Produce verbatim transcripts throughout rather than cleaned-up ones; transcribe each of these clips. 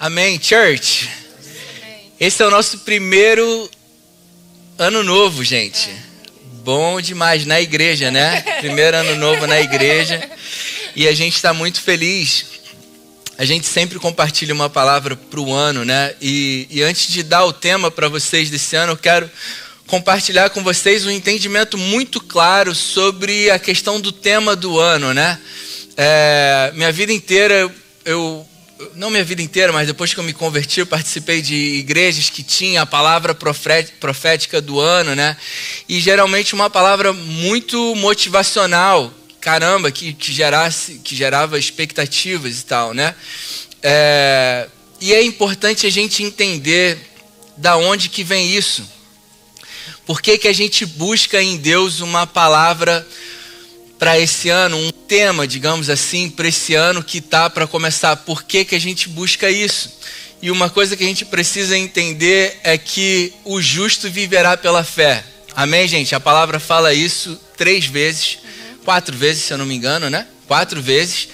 Amém, church? Amém. Esse é o nosso primeiro ano novo, gente. É. Bom demais, na igreja, né? Primeiro ano novo na igreja. E a gente está muito feliz. A gente sempre compartilha uma palavra para o ano, né? E, e antes de dar o tema para vocês desse ano, eu quero compartilhar com vocês um entendimento muito claro sobre a questão do tema do ano, né? É, minha vida inteira, eu, não minha vida inteira, mas depois que eu me converti, eu participei de igrejas que tinha a palavra profética do ano, né? E geralmente uma palavra muito motivacional, caramba, que, que, gerasse, que gerava expectativas e tal, né? É, e é importante a gente entender da onde que vem isso. Por que que a gente busca em Deus uma palavra para esse ano, um tema, digamos assim, para esse ano que está para começar? Por que que a gente busca isso? E uma coisa que a gente precisa entender é que o justo viverá pela fé. Amém, gente? A palavra fala isso três vezes, quatro vezes, se eu não me engano, né? Quatro vezes.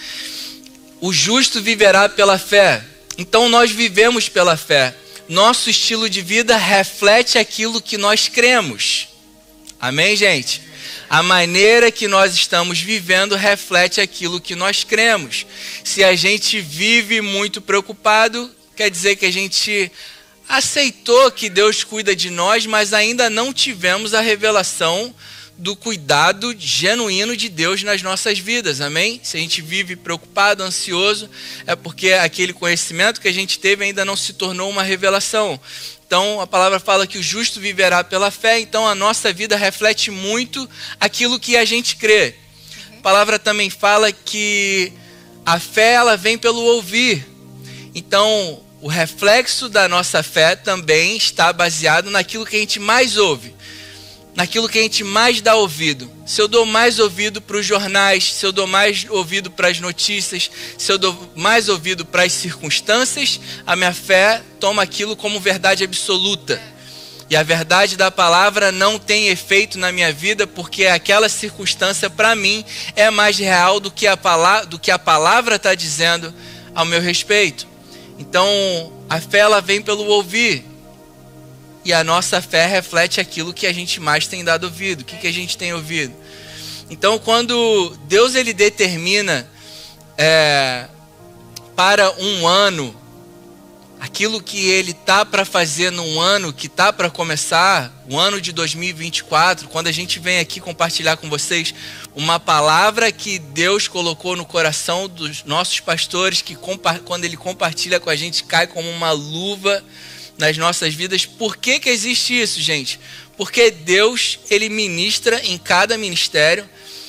O justo viverá pela fé. Então nós vivemos pela fé. Nosso estilo de vida reflete aquilo que nós cremos. Amém, gente? A maneira que nós estamos vivendo reflete aquilo que nós cremos. Se a gente vive muito preocupado, quer dizer que a gente aceitou que Deus cuida de nós, mas ainda não tivemos a revelação do cuidado genuíno de Deus nas nossas vidas, amém? Se a gente vive preocupado, ansioso, é porque aquele conhecimento que a gente teve ainda não se tornou uma revelação. Então, a palavra fala que o justo viverá pela fé, então a nossa vida reflete muito aquilo que a gente crê. A palavra também fala que a fé, ela vem pelo ouvir. Então, o reflexo da nossa fé também está baseado naquilo que a gente mais ouve. Naquilo que a gente mais dá ouvido. Se eu dou mais ouvido para os jornais, se eu dou mais ouvido para as notícias, se eu dou mais ouvido para as circunstâncias, a minha fé toma aquilo como verdade absoluta. E a verdade da palavra não tem efeito na minha vida, porque aquela circunstância para mim é mais real do que a palavra, do que a palavra está dizendo ao meu respeito. Então a fé, ela vem pelo ouvir. E a nossa fé reflete aquilo que a gente mais tem dado ouvido. O que, que a gente tem ouvido? Então, quando Deus ele determina é, para um ano, aquilo que Ele está para fazer num ano que está para começar, o ano de dois mil e vinte e quatro, quando a gente vem aqui compartilhar com vocês uma palavra que Deus colocou no coração dos nossos pastores, que quando Ele compartilha com a gente, cai como uma luva nas nossas vidas. Por que que existe isso, gente? Porque Deus, ele ministra em cada ministério,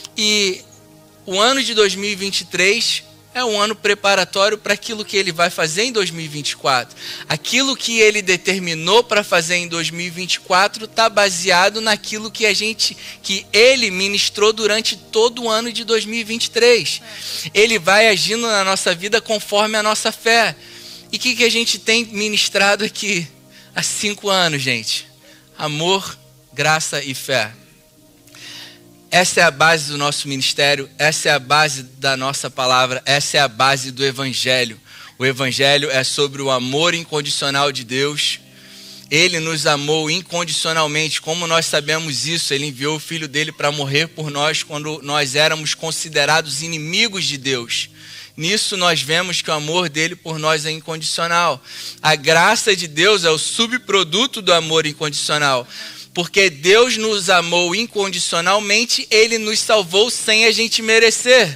e o ano de dois mil e vinte e três é um ano preparatório para aquilo que ele vai fazer em dois mil e vinte e quatro. Aquilo que ele determinou para fazer em dois mil e vinte e quatro está baseado naquilo que a gente, que ele ministrou durante todo o ano de dois mil e vinte e três. Ele vai agindo na nossa vida conforme a nossa fé. E o que, que a gente tem ministrado aqui há cinco anos, gente? Amor, graça e fé. Essa é a base do nosso ministério, essa é a base da nossa palavra, essa é a base do Evangelho. O Evangelho é sobre o amor incondicional de Deus. Ele nos amou incondicionalmente. Como nós sabemos isso? Ele enviou o Filho dele para morrer por nós quando nós éramos considerados inimigos de Deus. Nisso nós vemos que o amor dele por nós é incondicional. A graça de Deus é o subproduto do amor incondicional. Porque Deus nos amou incondicionalmente, ele nos salvou sem a gente merecer.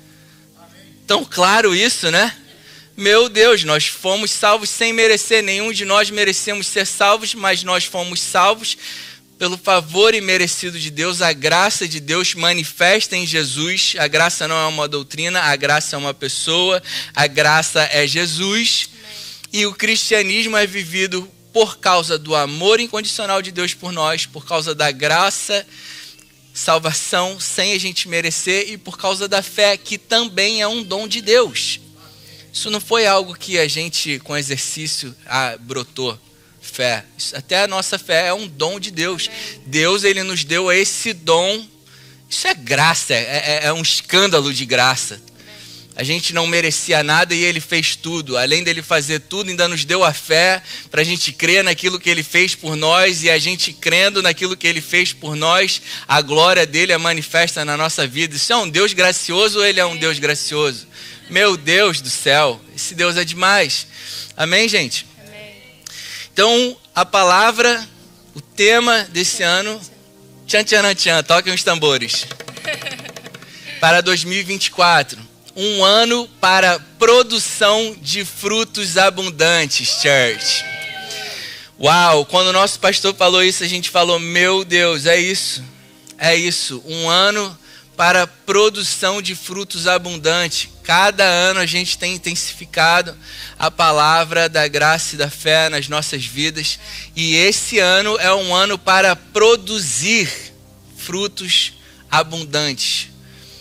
Tão claro isso, né? Meu Deus, nós fomos salvos sem merecer. Nenhum de nós merecemos ser salvos, mas nós fomos salvos pelo favor imerecido de Deus. A graça de Deus manifesta em Jesus. A graça não é uma doutrina, a graça é uma pessoa, a graça é Jesus. E o cristianismo é vivido por causa do amor incondicional de Deus por nós, por causa da graça, salvação sem a gente merecer, e por causa da fé, que também é um dom de Deus. Isso não foi algo que a gente, com exercício, ah, brotou. Fé. Até a nossa fé é um dom de Deus. Deus, ele nos deu esse dom. Isso é graça, é, é, é um escândalo de graça. A gente não merecia nada e ele fez tudo. Além dele fazer tudo, ainda nos deu a fé para a gente crer naquilo que ele fez por nós. E a gente crendo naquilo que ele fez por nós, a glória dele é manifesta na nossa vida. Isso é um Deus gracioso ou ele é um Deus gracioso? Meu Deus do céu, esse Deus é demais. Amém, gente? Amém. Então, a palavra, o tema desse ano, tchan, tchan, tchan, toquem os tambores. Para dois mil e vinte e quatro. Um ano para produção de frutos abundantes, church. Uau, quando o nosso pastor falou isso, a gente falou, meu Deus, é isso. É isso, um ano para produção de frutos abundantes. Cada ano a gente tem intensificado a palavra da graça e da fé nas nossas vidas. E esse ano é um ano para produzir frutos abundantes.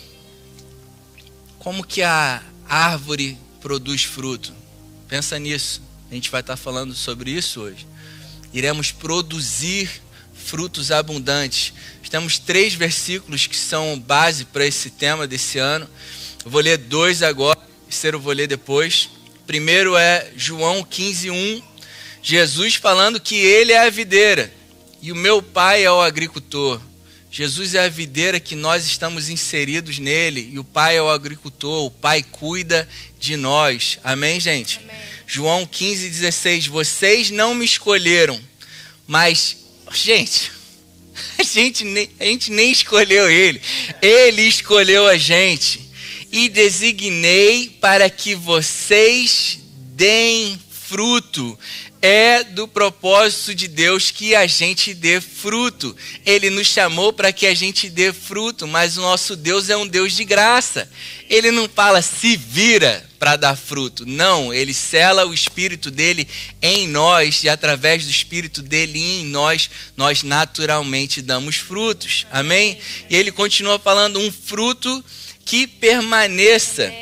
Como que a árvore produz fruto? Pensa nisso. A gente vai estar falando sobre isso hoje. Iremos produzir frutos abundantes. Temos três versículos que são base para esse tema desse ano. Eu vou ler dois agora, o terceiro eu vou ler depois. Primeiro é João quinze, um. Jesus falando que ele é a videira e o meu pai é o agricultor. Jesus é a videira que nós estamos inseridos nele e o pai é o agricultor, o pai cuida de nós. Amém, gente? Amém. João quinze, dezesseis. Vocês não me escolheram, mas, gente, a gente, nem, a gente nem escolheu ele. Ele escolheu a gente. E designei para que vocês deem fruto. É do propósito de Deus que a gente dê fruto. Ele nos chamou para que a gente dê fruto, mas o nosso Deus é um Deus de graça. Ele não fala se vira para dar fruto. Não, ele sela o Espírito dele em nós e através do Espírito dele em nós, nós naturalmente damos frutos. Amém? E ele continua falando um fruto que permaneça.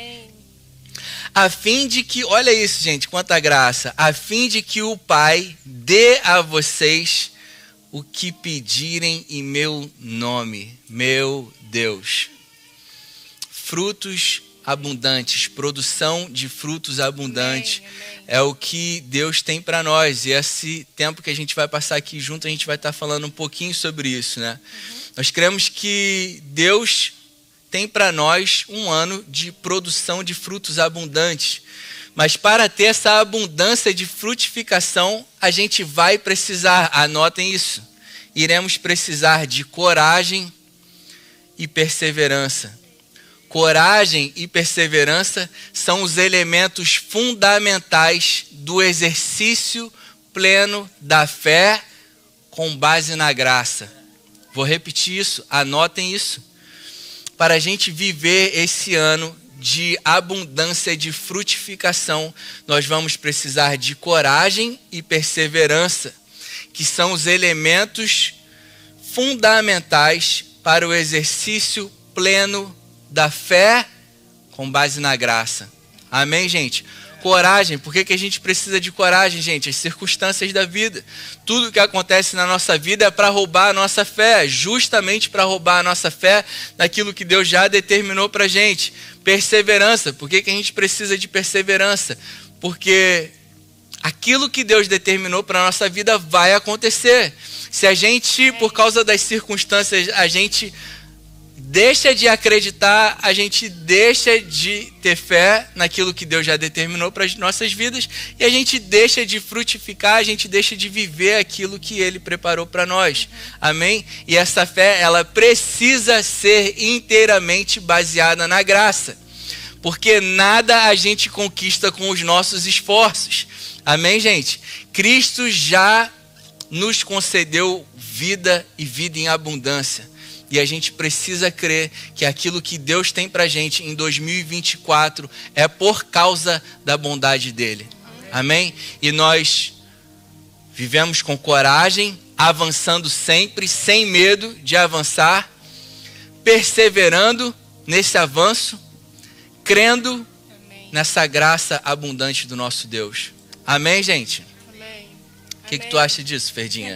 A fim de que, olha isso, gente, quanta graça, a fim de que o Pai dê a vocês o que pedirem em meu nome, meu Deus. Frutos abundantes, produção de frutos abundantes, amém, amém. É o que Deus tem para nós. E esse tempo que a gente vai passar aqui junto, a gente vai estar falando um pouquinho sobre isso, né? Uhum. Nós cremos que Deus tem para nós um ano de produção de frutos abundantes. Mas para ter essa abundância de frutificação, a gente vai precisar, anotem isso, iremos precisar de coragem e perseverança. Coragem e perseverança são os elementos fundamentais do exercício pleno da fé com base na graça. Vou repetir isso, anotem isso. Para a gente viver esse ano de abundância, de frutificação, nós vamos precisar de coragem e perseverança, que são os elementos fundamentais para o exercício pleno da fé com base na graça. Amém, gente? Coragem. Por que que a gente precisa de coragem, gente? As circunstâncias da vida. Tudo que acontece na nossa vida é para roubar a nossa fé, justamente para roubar a nossa fé naquilo que Deus já determinou para a gente. Perseverança. Por que que a gente precisa de perseverança? Porque aquilo que Deus determinou para a nossa vida vai acontecer. Se a gente, por causa das circunstâncias, a gente deixa de acreditar, a gente deixa de ter fé naquilo que Deus já determinou para as nossas vidas e a gente deixa de frutificar, a gente deixa de viver aquilo que Ele preparou para nós. Amém? E essa fé, ela precisa ser inteiramente baseada na graça, porque nada a gente conquista com os nossos esforços. Amém, gente? Cristo já nos concedeu vida e vida em abundância. E a gente precisa crer que aquilo que Deus tem pra gente em dois mil e vinte e quatro é por causa da bondade dele. Amém? E nós vivemos com coragem, avançando sempre, sem medo de avançar, perseverando nesse avanço, crendo nessa graça abundante do nosso Deus. Amém, gente? Amém. O que, que tu acha disso, Ferdinha?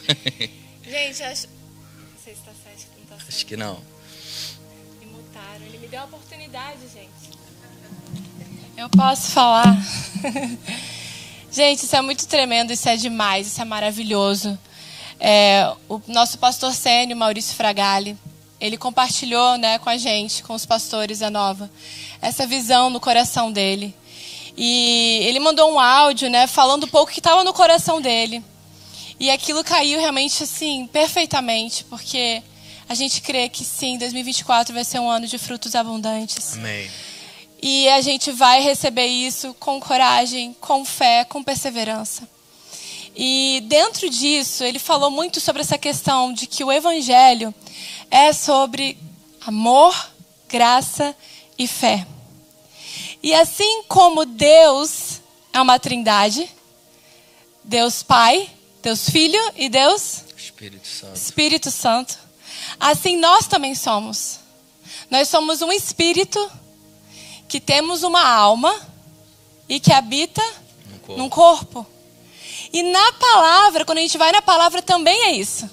Gente, acho... não sei se tá certo, que não tá certo. Acho que não. Me mutaram. Ele me deu a oportunidade, gente. Eu posso falar? Gente, isso é muito tremendo, isso é demais, isso é maravilhoso. É, o nosso pastor sênior, Maurício Fragali, ele compartilhou, né, com a gente, com os pastores da Nova, essa visão no coração dele. E ele mandou um áudio, né, falando um pouco o que estava no coração dele. E aquilo caiu realmente, assim, perfeitamente, porque a gente crê que sim, dois mil e vinte e quatro vai ser um ano de frutos abundantes. Amém. E a gente vai receber isso com coragem, com fé, com perseverança. E dentro disso, ele falou muito sobre essa questão de que o evangelho é sobre amor, graça e fé. E assim como Deus é uma trindade, Deus Pai, Deus Filho e Deus Espírito Santo. Espírito Santo, assim nós também somos. Nós somos um espírito que temos uma alma e que habita No corpo. num corpo. E na palavra, quando a gente vai na palavra, também é isso.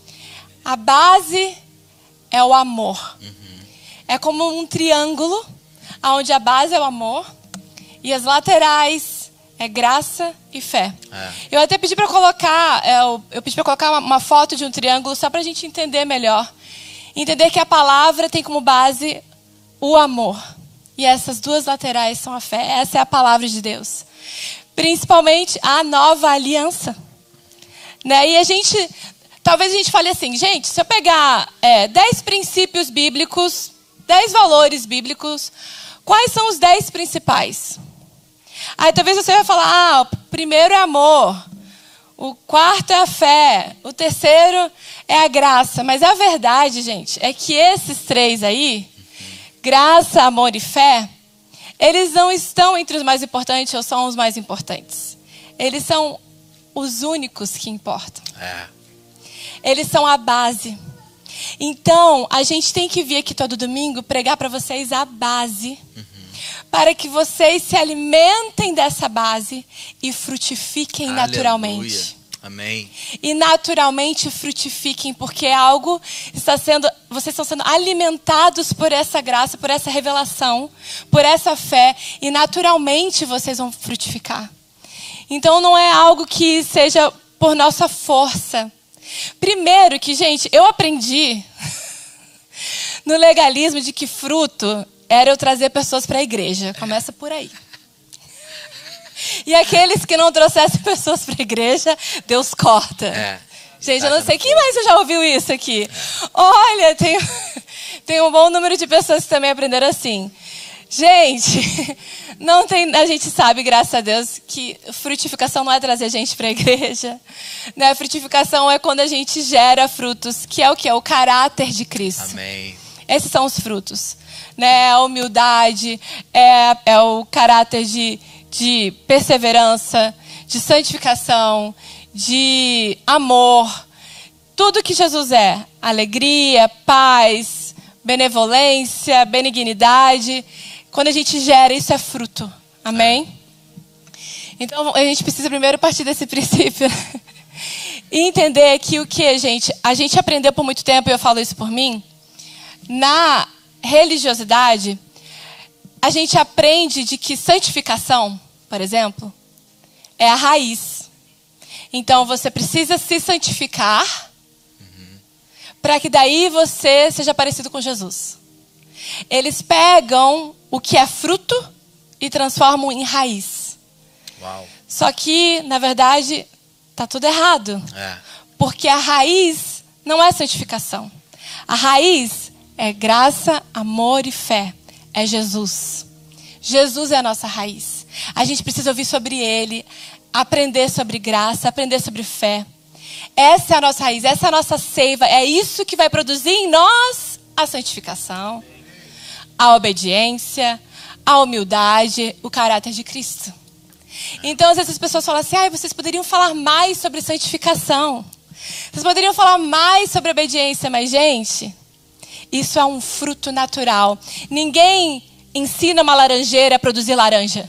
A base é o amor. Uhum. É como um triângulo, onde a base é o amor e as laterais é graça e fé. É. Eu até pedi para colocar, eu, eu pedi para colocar uma, uma foto de um triângulo só para a gente entender melhor. Entender que a palavra tem como base o amor. E essas duas laterais são a fé. Essa é a palavra de Deus. Principalmente a nova aliança. Né? E a gente, talvez a gente fale assim, gente, se eu pegar é, dez princípios bíblicos, dez valores bíblicos, quais são os dez principais? Aí talvez você vai falar, ah, o primeiro é amor, o quarto é a fé, o terceiro é a graça. Mas a verdade, gente, é que esses três aí, graça, amor e fé, eles não estão entre os mais importantes ou são os mais importantes. Eles são os únicos que importam. É. Eles são a base. Então, a gente tem que vir aqui todo domingo pregar para vocês a base, uhum, para que vocês se alimentem dessa base e frutifiquem Aleluia. Naturalmente. Amém. E naturalmente frutifiquem, porque algo está sendo, vocês estão sendo alimentados por essa graça, por essa revelação, por essa fé, e naturalmente vocês vão frutificar. Então não é algo que seja por nossa força. Primeiro que, gente, eu aprendi no legalismo de que fruto era eu trazer pessoas para a igreja. Começa por aí. E aqueles que não trouxessem pessoas para a igreja, Deus corta. É, gente, eu não sei quem mais já ouviu isso aqui. É. Olha, tem, tem um bom número de pessoas que também aprenderam assim. Gente, não tem, a gente sabe, graças a Deus, que frutificação não é trazer gente para a igreja. Né? Frutificação é quando a gente gera frutos, que é o que? É o caráter de Cristo. Amém. Esses são os frutos. Né? A humildade, é, é o caráter de... de perseverança, de santificação, de amor. Tudo que Jesus é. Alegria, paz, benevolência, benignidade. Quando a gente gera, isso é fruto. Amém? Então, a gente precisa primeiro partir desse princípio. E entender que o que, gente? A gente aprendeu por muito tempo, e eu falo isso por mim, na religiosidade, a gente aprende de que santificação, por exemplo, é a raiz. Então, você precisa se santificar, uhum, para que daí você seja parecido com Jesus. Eles pegam o que é fruto e transformam em raiz. Uau. Só que, na verdade, está tudo errado. É. Porque a raiz não é santificação. A raiz é graça, amor e fé. É Jesus. Jesus é a nossa raiz. A gente precisa ouvir sobre Ele, aprender sobre graça, aprender sobre fé. Essa é a nossa raiz, essa é a nossa seiva. É isso que vai produzir em nós a santificação, a obediência, a humildade, o caráter de Cristo. Então, às vezes as pessoas falam assim, ah, vocês poderiam falar mais sobre santificação. Vocês poderiam falar mais sobre obediência. Mas, gente, isso é um fruto natural. Ninguém ensina uma laranjeira a produzir laranja.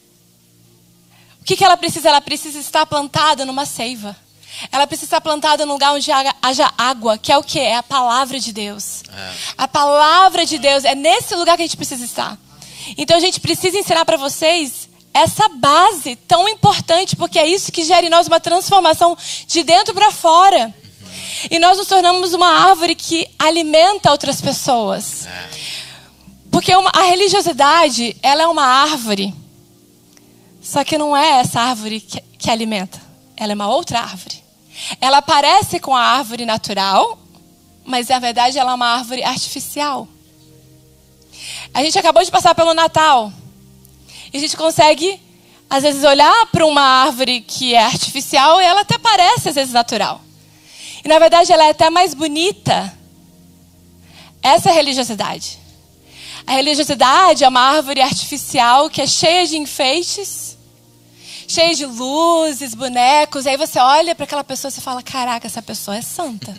O que, que ela precisa? Ela precisa estar plantada numa seiva. Ela precisa estar plantada num lugar onde haja água, que é o quê? É a palavra de Deus. É. A palavra de Deus, é nesse lugar que a gente precisa estar. Então a gente precisa ensinar para vocês essa base tão importante, porque é isso que gera em nós uma transformação de dentro para fora. E nós nos tornamos uma árvore que alimenta outras pessoas. Porque uma, a religiosidade, ela é uma árvore. Só que não é essa árvore que, que alimenta. Ela é uma outra árvore. Ela parece com a árvore natural, mas na verdade ela é uma árvore artificial. A gente acabou de passar pelo Natal. E a gente consegue, às vezes, olhar para uma árvore que é artificial e ela até parece, às vezes, natural. E, na verdade, ela é até mais bonita. Essa é a religiosidade. A religiosidade é uma árvore artificial que é cheia de enfeites, cheia de luzes, bonecos. E aí você olha para aquela pessoa e você fala, caraca, essa pessoa é santa.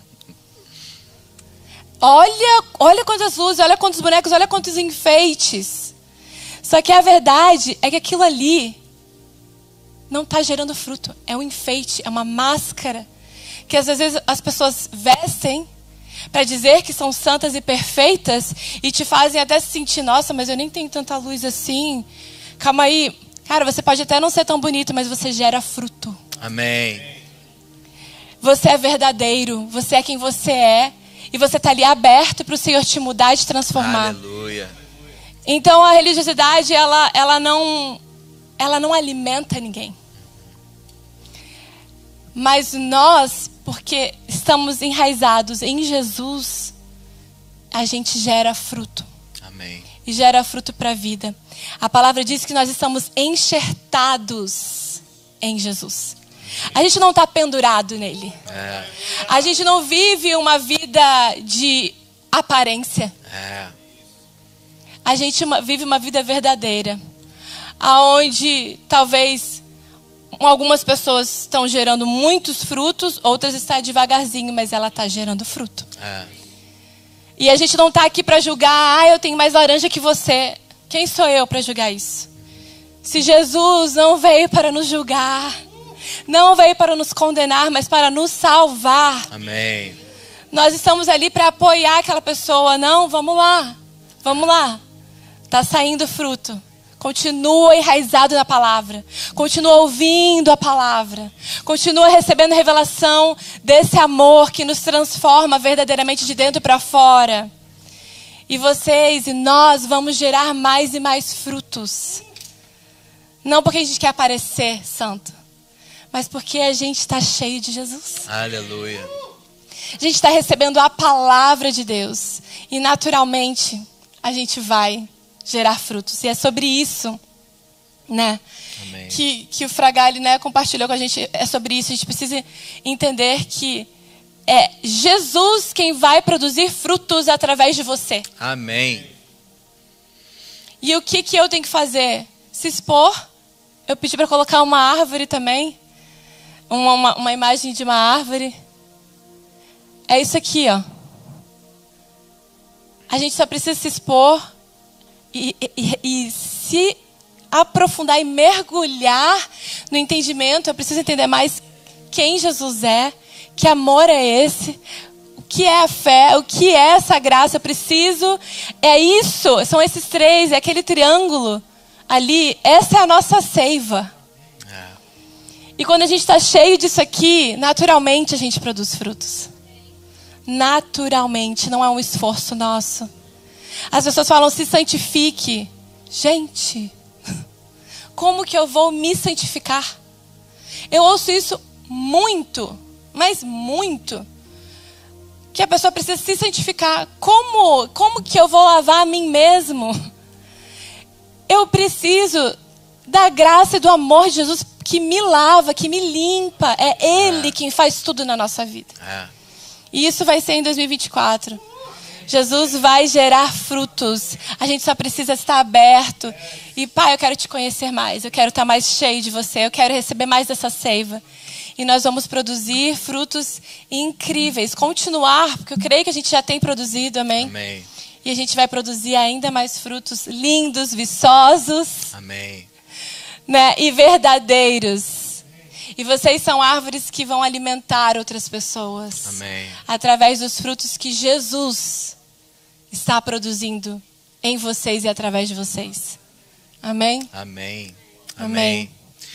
Olha, olha quantas luzes, olha quantos bonecos, olha quantos enfeites. Só que a verdade é que aquilo ali não está gerando fruto. É um enfeite, é uma máscara que às vezes as pessoas vestem para dizer que são santas e perfeitas e te fazem até se sentir, nossa, mas eu nem tenho tanta luz assim. Calma aí. Cara, você pode até não ser tão bonito, mas você gera fruto. Amém. Você é verdadeiro, você é quem você é e você está ali aberto para o Senhor te mudar e te transformar. Aleluia. Então a religiosidade, ela, ela, não, ela não alimenta ninguém. Mas nós, porque estamos enraizados em Jesus, a gente gera fruto. Amém. E gera fruto para a vida. A palavra diz que nós estamos enxertados em Jesus. A gente não está pendurado nele. É. A gente não vive uma vida de aparência. É. A gente vive uma vida verdadeira, aonde talvez algumas pessoas estão gerando muitos frutos, outras estão devagarzinho, mas ela está gerando fruto. É. E a gente não está aqui para julgar, ah, eu tenho mais laranja que você. Quem sou eu para julgar isso? Se Jesus não veio para nos julgar, não veio para nos condenar, mas para nos salvar. Amém. Nós estamos ali para apoiar aquela pessoa. Não, vamos lá, vamos lá. Está saindo fruto. Continua enraizado na palavra. Continua ouvindo a palavra. Continua recebendo revelação desse amor que nos transforma verdadeiramente de dentro para fora. E vocês e nós vamos gerar mais e mais frutos. Não porque a gente quer aparecer santo, mas porque a gente está cheio de Jesus. Aleluia. A gente está recebendo a palavra de Deus. E naturalmente a gente vai gerar frutos. E é sobre isso, né? Amém. Que, que o Fragale, né, compartilhou com a gente. É sobre isso. A gente precisa entender que é Jesus quem vai produzir frutos através de você. Amém. E o que, que eu tenho que fazer? Se expor. Eu pedi para colocar uma árvore também. Uma, uma, uma imagem de uma árvore. É isso aqui, ó. A gente só precisa se expor e, e, e se aprofundar e mergulhar no entendimento. Eu preciso entender mais quem Jesus é, que amor é esse, o que é a fé, o que é essa graça. Eu preciso, é isso, são esses três, é aquele triângulo ali. Essa é a nossa seiva. É. E quando a gente está cheio disso aqui, naturalmente a gente produz frutos. Naturalmente, não é um esforço nosso. As pessoas falam, se santifique. Gente, como que eu vou me santificar? Eu ouço isso muito, mas muito. Que a pessoa precisa se santificar. Como, como que eu vou lavar a mim mesmo? Eu preciso da graça e do amor de Jesus que me lava, que me limpa. É Ele é. quem faz tudo na nossa vida. É. E isso vai ser em dois mil e vinte e quatro. Jesus vai gerar frutos. A gente só precisa estar aberto. E, Pai, eu quero te conhecer mais. Eu quero estar mais cheio de você. Eu quero receber mais dessa seiva. E nós vamos produzir frutos incríveis. Continuar, porque eu creio que a gente já tem produzido, amém? Amém. E a gente vai produzir ainda mais frutos lindos, viçosos. Amém. Né? E verdadeiros. E vocês são árvores que vão alimentar outras pessoas. Amém. Através dos frutos que Jesus está produzindo em vocês e através de vocês. Amém? Amém. Amém.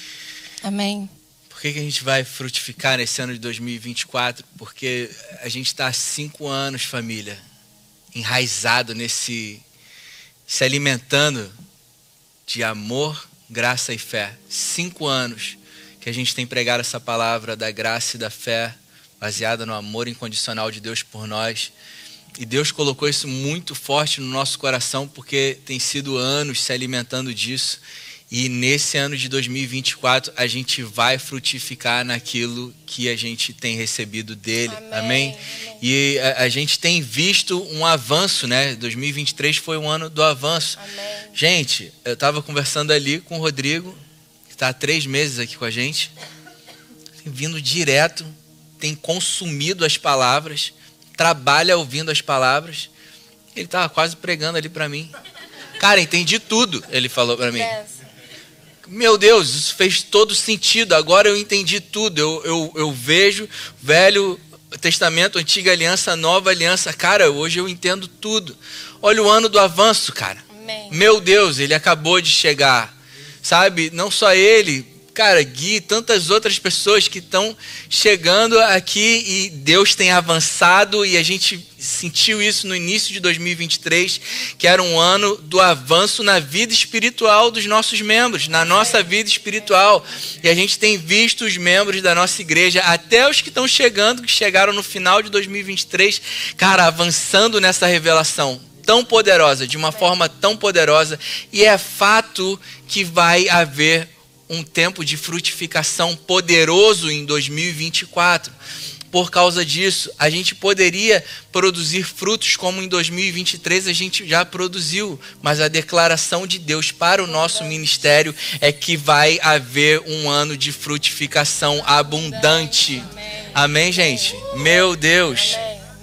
Amém. Por que que a gente vai frutificar nesse ano de dois mil e vinte e quatro? Porque a gente está há cinco anos, família, enraizado nesse, se alimentando de amor, graça e fé. Cinco anos que a gente tem pregado essa palavra da graça e da fé, baseada no amor incondicional de Deus por nós. E Deus colocou isso muito forte no nosso coração, porque tem sido anos se alimentando disso. E nesse ano de dois mil e vinte e quatro, a gente vai frutificar naquilo que a gente tem recebido dele. Amém? Amém? Amém. E a, a gente tem visto um avanço, né? dois mil e vinte e três foi um ano do avanço. Amém. Gente, eu estava conversando ali com o Rodrigo, que está há três meses aqui com a gente. Tem vindo direto, tem consumido as palavras, trabalha ouvindo as palavras. Ele estava quase pregando ali para mim. Cara, entendi tudo, ele falou para mim. Yes. Meu Deus, isso fez todo sentido. Agora eu entendi tudo. Eu, eu, eu vejo Velho Testamento, Antiga Aliança, Nova Aliança. Cara, hoje eu entendo tudo. Olha o ano do avanço, cara. Amém. Meu Deus, ele acabou de chegar. Sabe? Não só ele, cara, Gui, tantas outras pessoas que estão chegando aqui e Deus tem avançado e a gente sentiu isso no início de dois mil e vinte e três, que era um ano do avanço na vida espiritual dos nossos membros, na nossa vida espiritual. E a gente tem visto os membros da nossa igreja, até os que estão chegando, que chegaram no final de dois mil e vinte e três, cara, avançando nessa revelação tão poderosa, de uma forma tão poderosa. E é fato que vai haver um tempo de frutificação poderoso em dois mil e vinte e quatro. Por causa disso, a gente poderia produzir frutos como em dois mil e vinte e três a gente já produziu, mas a declaração de Deus para o nosso ministério é que vai haver um ano de frutificação abundante. Amém, gente? Meu Deus.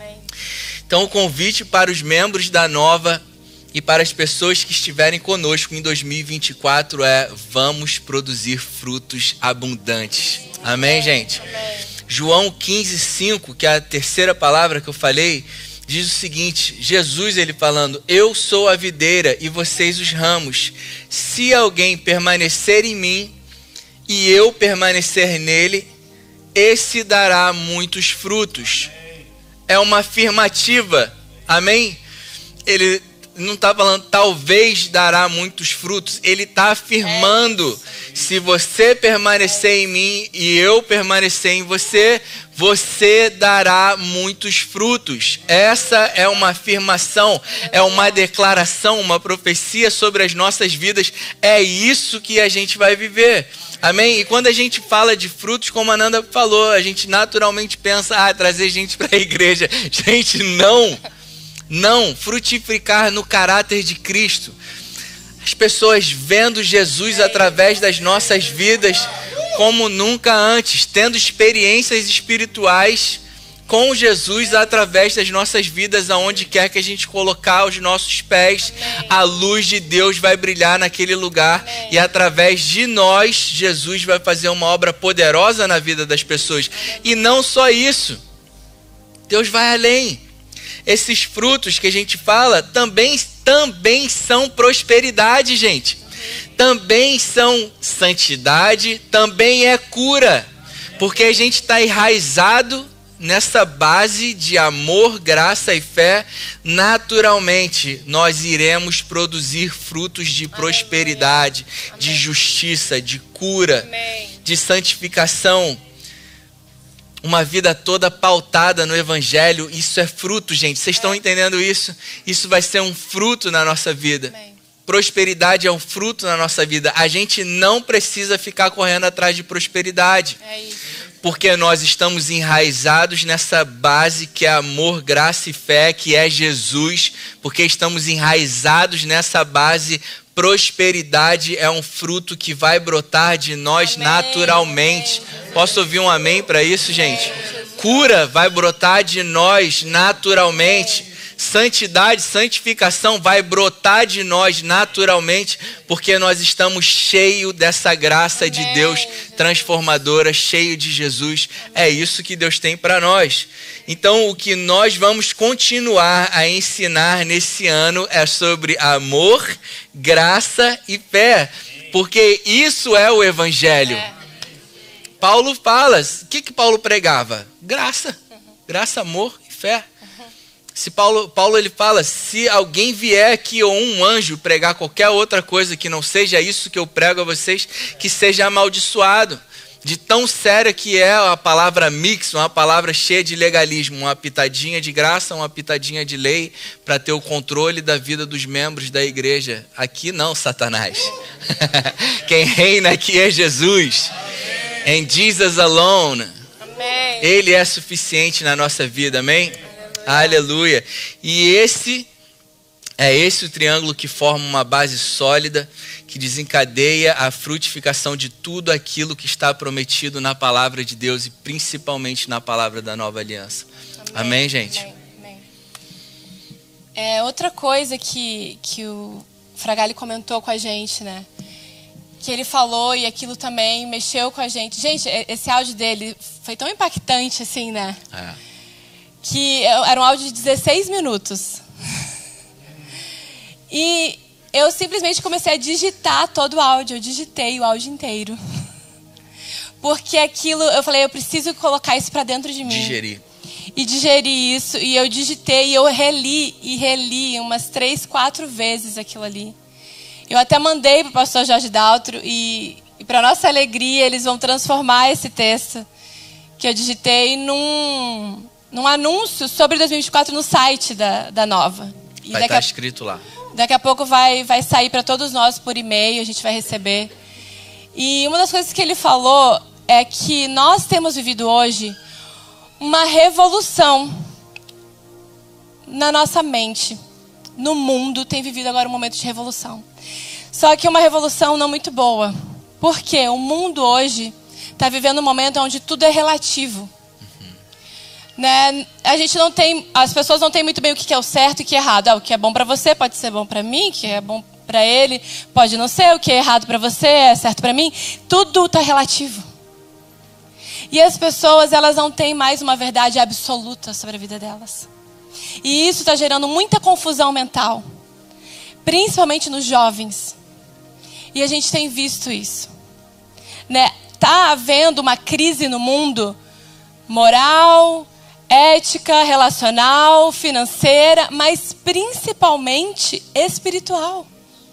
Então, o convite para os membros da Nova e para as pessoas que estiverem conosco em dois mil e vinte e quatro é: vamos produzir frutos abundantes. Amém, gente? Amém. João quinze, cinco, que é a terceira palavra que eu falei, diz o seguinte: Jesus, ele falando: eu sou a videira e vocês os ramos. Se alguém permanecer em mim e eu permanecer nele, esse dará muitos frutos. É uma afirmativa. Amém? Ele não está falando talvez dará muitos frutos. Ele está afirmando: se você permanecer em mim e eu permanecer em você, você dará muitos frutos. Essa é uma afirmação, é uma declaração, uma profecia sobre as nossas vidas. É isso que a gente vai viver. Amém? E quando a gente fala de frutos, como a Nanda falou, a gente naturalmente pensa: ah, trazer gente para a igreja. Gente, não. Não, frutificar no caráter de Cristo. As pessoas vendo Jesus através das nossas vidas como nunca antes, tendo experiências espirituais com Jesus através das nossas vidas, aonde quer que a gente colocar os nossos pés, a luz de Deus vai brilhar naquele lugar e através de nós, Jesus vai fazer uma obra poderosa na vida das pessoas. E não só isso, Deus vai além. Esses frutos que a gente fala também, também são prosperidade, gente. Também são santidade, também é cura. Porque a gente está enraizado nessa base de amor, graça e fé. Naturalmente, nós iremos produzir frutos de prosperidade, de justiça, de cura, de santificação. Uma vida toda pautada no Evangelho, isso é fruto, gente. Vocês estão entendendo isso? Isso vai ser um fruto na nossa vida. Amém. Prosperidade é um fruto na nossa vida. A gente não precisa ficar correndo atrás de prosperidade. É isso. Porque nós estamos enraizados nessa base que é amor, graça e fé, que é Jesus. Porque estamos enraizados nessa base. Prosperidade é um fruto que vai brotar de nós amém, naturalmente. Amém. Posso ouvir um amém para isso, gente? Amém. Cura vai brotar de nós naturalmente. Santidade, santificação vai brotar de nós naturalmente, porque nós estamos cheios dessa graça de Deus transformadora, cheio de Jesus. É isso que Deus tem para nós. Então, o que nós vamos continuar a ensinar nesse ano é sobre amor, graça e fé, porque isso é o Evangelho. Paulo fala, o que que Paulo pregava? Graça, graça, amor e fé. Se Paulo, Paulo ele fala, se alguém vier aqui ou um anjo pregar qualquer outra coisa que não seja isso que eu prego a vocês, que seja amaldiçoado. De tão séria que é a palavra mix, uma palavra cheia de legalismo, uma pitadinha de graça, uma pitadinha de lei, para ter o controle da vida dos membros da igreja. Aqui não, Satanás. Quem reina aqui é Jesus. And Jesus alone. Amém. Ele é suficiente na nossa vida, amém? Aleluia. E esse é esse o triângulo que forma uma base sólida, que desencadeia a frutificação de tudo aquilo que está prometido na palavra de Deus e principalmente na palavra da nova aliança. Amém, amém gente? Amém, amém. É, outra coisa que, que o Fragale comentou com a gente, né? Que ele falou e aquilo também mexeu com a gente. Gente, esse áudio dele foi tão impactante assim, né? É. Que era um áudio de dezesseis minutos. E eu simplesmente comecei a digitar todo o áudio. Eu digitei o áudio inteiro. Porque aquilo, eu falei, eu preciso colocar isso para dentro de mim. Digerir. E digerir isso. E eu digitei e eu reli e reli umas três, quatro vezes aquilo ali. Eu até mandei para o pastor Jorge Daltro e, e para nossa alegria, eles vão transformar esse texto que eu digitei num, num anúncio sobre dois mil e vinte e quatro no site da, da Nova. E vai estar escrito lá. Daqui a pouco vai, vai sair para todos nós por e-mail, a gente vai receber. E uma das coisas que ele falou é que nós temos vivido hoje uma revolução na nossa mente. No mundo tem vivido agora um momento de revolução. Só que uma revolução não muito boa. Por quê? O mundo hoje está vivendo um momento onde tudo é relativo. Né? A gente não tem, as pessoas não têm muito bem o que é o certo e o que é errado. Ah, o que é bom para você pode ser bom para mim, o que é bom para ele pode não ser, o que é errado para você é certo para mim. Tudo está relativo. E as pessoas, elas não têm mais uma verdade absoluta sobre a vida delas. E isso está gerando muita confusão mental, principalmente nos jovens. E a gente tem visto isso. Né? Tá havendo uma crise no mundo moral, ética, relacional, financeira, mas principalmente espiritual.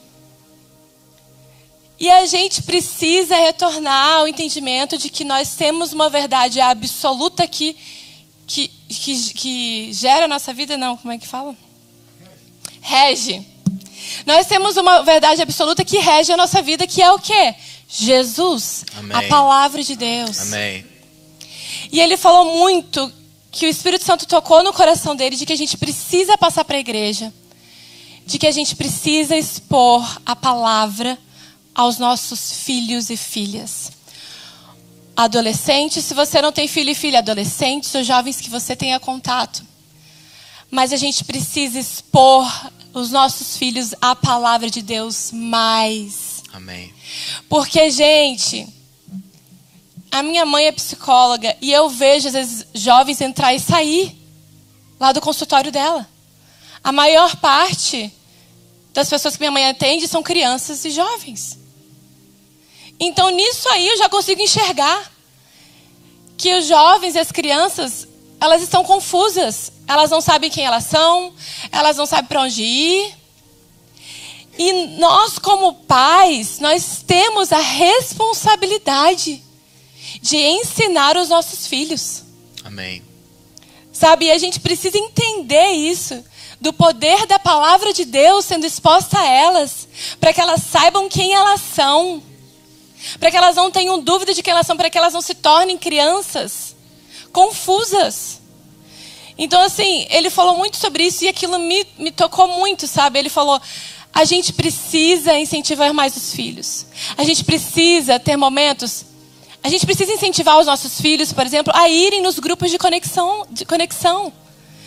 E a gente precisa retornar ao entendimento de que nós temos uma verdade absoluta que, que, que, que gera a nossa vida, não, como é que fala? Rege. Nós temos uma verdade absoluta que rege a nossa vida, que é o quê? Jesus, amém. A palavra de Deus. Amém. E ele falou muito que o Espírito Santo tocou no coração dele de que a gente precisa passar para a igreja, de que a gente precisa expor a palavra aos nossos filhos e filhas. Adolescentes, se você não tem filho e filha, adolescentes ou jovens que você tenha contato. Mas a gente precisa expor os nossos filhos à palavra de Deus mais. Amém. Porque, gente, a minha mãe é psicóloga e eu vejo, às vezes, jovens entrar e sair lá do consultório dela. A maior parte das pessoas que minha mãe atende são crianças e jovens. Então, nisso aí, eu já consigo enxergar que os jovens e as crianças, elas estão confusas. Elas não sabem quem elas são, elas não sabem para onde ir. E nós, como pais, nós temos a responsabilidade de ensinar os nossos filhos. Amém. Sabe, e a gente precisa entender isso, do poder da palavra de Deus sendo exposta a elas, para que elas saibam quem elas são, para que elas não tenham dúvida de quem elas são, para que elas não se tornem crianças confusas. Então, assim, ele falou muito sobre isso e aquilo me, me tocou muito, sabe? Ele falou, a gente precisa incentivar mais os filhos. A gente precisa ter momentos... A gente precisa incentivar os nossos filhos, por exemplo, a irem nos grupos de conexão, de conexão.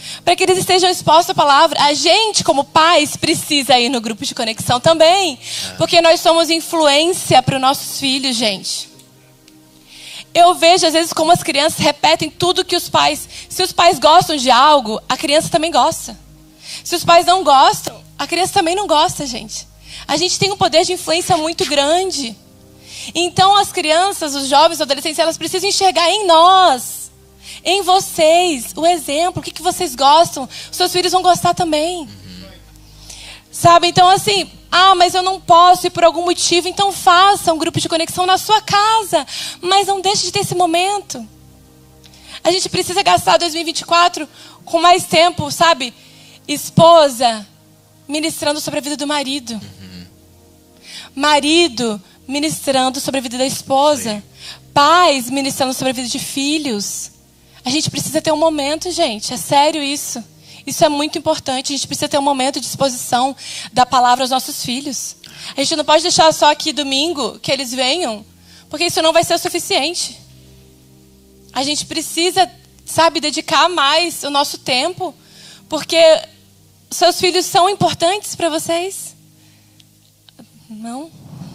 para que eles estejam expostos à palavra. A gente, como pais, precisa ir no grupo de conexão também, porque nós somos influência para os nossos filhos, gente. Eu vejo, às vezes, como as crianças repetem tudo que os pais... Se os pais gostam de algo, a criança também gosta. Se os pais não gostam, a criança também não gosta, gente. A gente tem um poder de influência muito grande. Então, as crianças, os jovens, os adolescentes, elas precisam enxergar em nós, em vocês, o exemplo, o que, que vocês gostam. Os seus filhos vão gostar também. Uhum. Sabe? Então, assim, ah, mas eu não posso ir por algum motivo. Então, faça um grupo de conexão na sua casa. Mas não deixe de ter esse momento. A gente precisa gastar dois mil e vinte e quatro com mais tempo, sabe? Esposa ministrando sobre a vida do marido. Uhum. Marido ministrando sobre a vida da esposa. Sim. Pais ministrando sobre a vida de filhos. A gente precisa ter um momento, gente. É sério isso. Isso é muito importante. A gente precisa ter um momento de exposição da palavra aos nossos filhos. A gente não pode deixar só aqui domingo que eles venham, porque isso não vai ser o suficiente. A gente precisa, sabe, dedicar mais o nosso tempo, porque seus filhos são importantes para vocês? Não?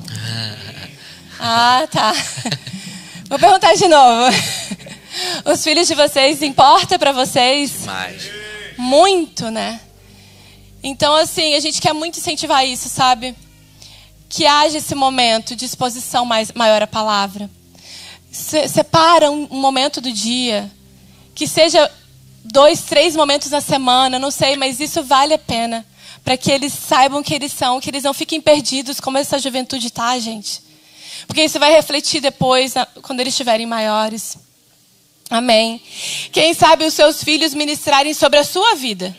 Ah, tá. Vou perguntar de novo. Os filhos de vocês importam para vocês? Mais. Muito, né? Então, assim, a gente quer muito incentivar isso, sabe? Que haja esse momento de exposição mais, maior à palavra. Se, separa um, um momento do dia. Que seja dois, três momentos na semana, não sei, mas isso vale a pena. Para que eles saibam que eles são, que eles não fiquem perdidos como essa juventude tá, gente. Porque isso vai refletir depois, quando eles estiverem maiores. Amém. Quem sabe os seus filhos ministrarem sobre a sua vida.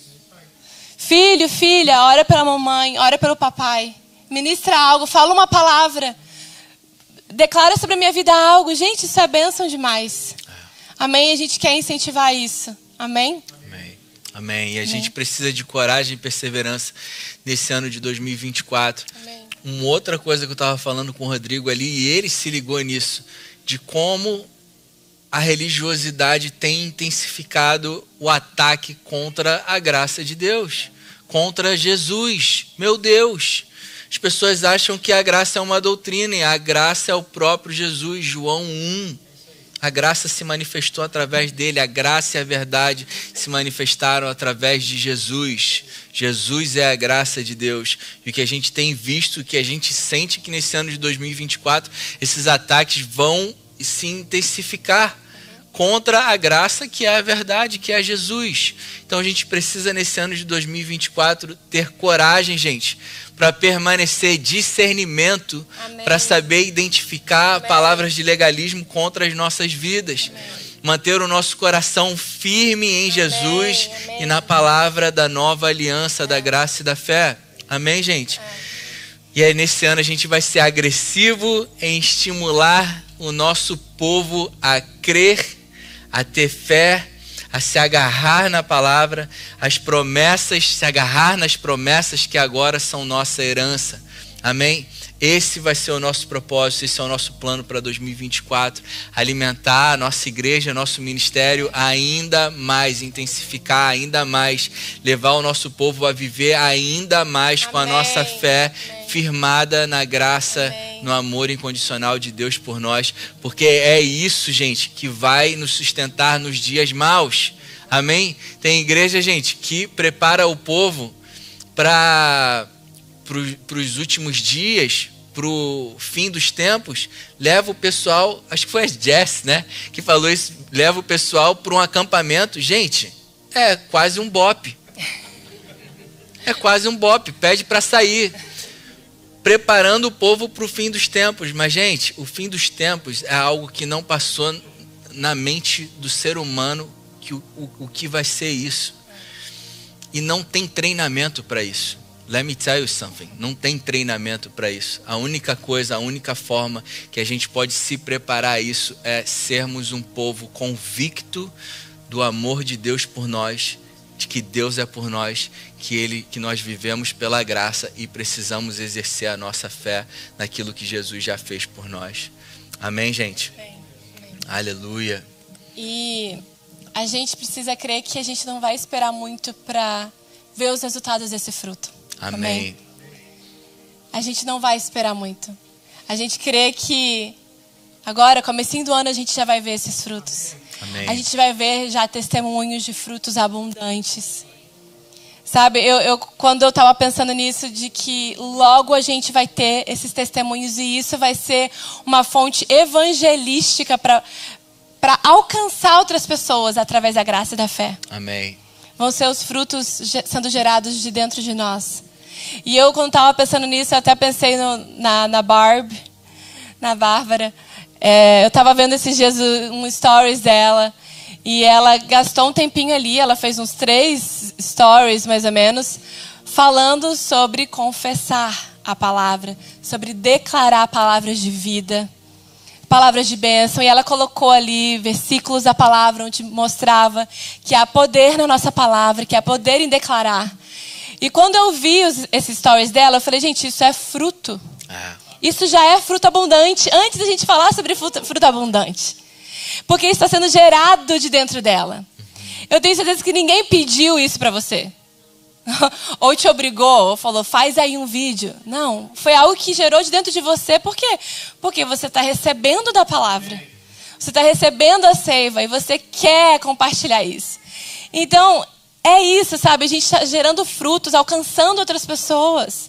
Filho, filha, ora pela mamãe, ora pelo papai. Ministra algo, fala uma palavra. Declara sobre a minha vida algo. Gente, isso é bênção demais. Amém? A gente quer incentivar isso. Amém? Amém. Amém. E a Amém. gente precisa de coragem e perseverança nesse ano de dois mil e vinte e quatro. Amém. Uma outra coisa que eu estava falando com o Rodrigo ali, e ele se ligou nisso, de como a religiosidade tem intensificado o ataque contra a graça de Deus, contra Jesus. Meu Deus! As pessoas acham que a graça é uma doutrina, e a graça é o próprio Jesus. João um. A graça se manifestou através dele, a graça e a verdade se manifestaram através de Jesus. Jesus é a graça de Deus. E o que a gente tem visto, o que a gente sente que nesse ano de dois mil e vinte e quatro, esses ataques vão se intensificar contra a graça que é a verdade, que é Jesus. Então a gente precisa nesse ano de dois mil e vinte e quatro ter coragem, gente, para permanecer, discernimento, para saber identificar Amém. Palavras de legalismo contra as nossas vidas. Amém. Manter o nosso coração firme em Jesus Amém. Amém. E na palavra da nova aliança, da graça e da fé. Amém, gente? Amém. E aí nesse ano a gente vai ser agressivo em estimular o nosso povo a crer, a ter fé, a se agarrar na palavra, as promessas, se agarrar nas promessas que agora são nossa herança. Amém? Esse vai ser o nosso propósito, esse é o nosso plano para dois mil e vinte e quatro. Alimentar a nossa igreja, nosso ministério ainda mais, intensificar ainda mais, levar o nosso povo a viver ainda mais Amém. Com a nossa fé Amém. Firmada na graça, Amém. No amor incondicional de Deus por nós, porque é isso, gente, que vai nos sustentar nos dias maus. Amém? Tem igreja, gente, que prepara o povo para para os últimos dias, para o fim dos tempos, leva o pessoal, acho que foi a Jess, né, que falou isso, leva o pessoal para um acampamento. Gente, é quase um bope. É quase um bope, pede para sair. Preparando o povo para o fim dos tempos. Mas, gente, o fim dos tempos é algo que não passou na mente do ser humano, que o, o, o que vai ser isso. E não tem treinamento para isso. Let me tell you something. Não tem treinamento para isso. A única coisa, a única forma que a gente pode se preparar a isso é sermos um povo convicto do amor de Deus por nós, de que Deus é por nós, que, ele, que nós vivemos pela graça e precisamos exercer a nossa fé naquilo que Jesus já fez por nós. Amém, gente? Amém. Amém. Aleluia. E a gente precisa crer que a gente não vai esperar muito para ver os resultados desse fruto. Amém. Amém? A gente não vai esperar muito. A gente crê que agora, comecinho do ano, a gente já vai ver esses frutos. Amém. A gente vai ver já testemunhos de frutos abundantes. Sabe, eu, eu, quando eu estava pensando nisso, de que logo a gente vai ter esses testemunhos e isso vai ser uma fonte evangelística para para alcançar outras pessoas através da graça e da fé. Amém. Vão ser os frutos ge- sendo gerados de dentro de nós. E eu, quando estava pensando nisso, eu até pensei no, na, na Barb, na Bárbara. É, eu estava vendo esses dias um stories dela. E ela gastou um tempinho ali, ela fez uns três stories, mais ou menos, falando sobre confessar a palavra, sobre declarar palavras de vida, palavras de bênção. E ela colocou ali versículos da palavra, onde mostrava que há poder na nossa palavra, que há poder em declarar. E quando eu vi os, esses stories dela, eu falei, gente, isso é fruto. Ah. Isso já é fruto abundante, antes da gente falar sobre fruto, fruto abundante. Porque isso está sendo gerado de dentro dela. Eu tenho certeza que ninguém pediu isso para você. Ou te obrigou, ou falou, faz aí um vídeo. Não, foi algo que gerou de dentro de você. Por quê? Porque você está recebendo da palavra. Você está recebendo a seiva e você quer compartilhar isso. Então, é isso, sabe? A gente está gerando frutos, alcançando outras pessoas.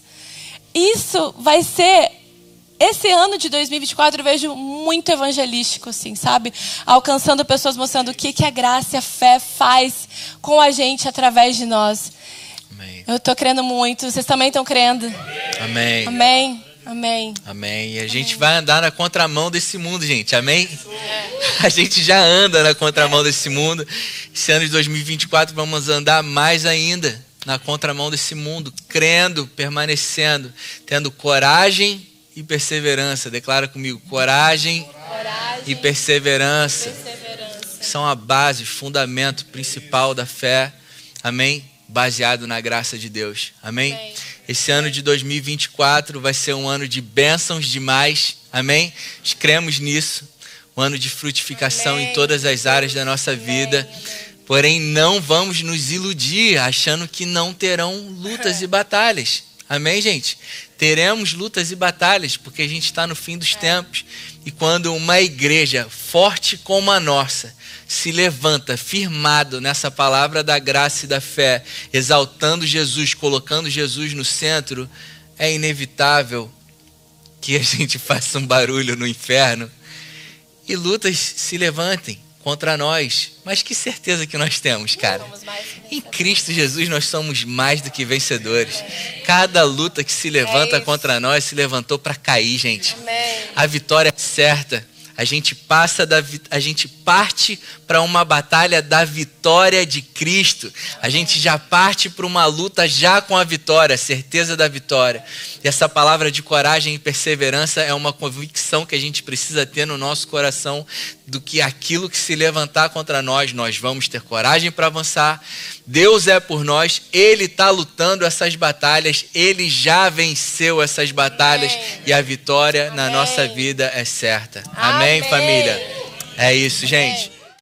Isso vai ser... Esse ano de dois mil e vinte e quatro eu vejo muito evangelístico, assim, sabe? Alcançando pessoas, mostrando o que, que a graça e a fé faz com a gente através de nós. Amém. Eu tô crendo muito. Vocês também estão crendo? Amém. Amém. Amém. Amém. E a gente vai andar na contramão desse mundo, gente. Amém? A gente já anda na contramão desse mundo. Esse ano de dois mil e vinte e quatro vamos andar mais ainda na contramão desse mundo, crendo, permanecendo, tendo coragem e perseverança. Declara comigo, coragem, coragem e perseverança. perseverança. São a base, o fundamento principal da fé. Amém? Baseado na graça de Deus. Amém? Amém. Esse ano de dois mil e vinte e quatro vai ser um ano de bênçãos demais. Amém? Cremos nisso. Um ano de frutificação Amém. Em todas as áreas da nossa Amém. Vida. Porém, não vamos nos iludir achando que não terão lutas e batalhas. Amém, gente? Teremos lutas e batalhas, porque a gente está no fim dos tempos. E quando uma igreja forte como a nossa se levanta firmado nessa palavra da graça e da fé, exaltando Jesus, colocando Jesus no centro, é inevitável que a gente faça um barulho no inferno e lutas se levantem contra nós. Mas que certeza que nós temos, cara. Em Cristo Jesus nós somos mais do que vencedores. Cada luta que se levanta contra nós se levantou para cair, gente. A vitória é certa. A gente passa da, a gente parte para uma batalha da vitória de Cristo. A gente já parte para uma luta já com a vitória, a certeza da vitória. E essa palavra de coragem e perseverança é uma convicção que a gente precisa ter no nosso coração do que aquilo que se levantar contra nós, nós vamos ter coragem para avançar. Deus é por nós, Ele está lutando essas batalhas, Ele já venceu essas batalhas. Amém. E a vitória Amém. Na nossa vida é certa. Amém, Amém, família? É isso, gente.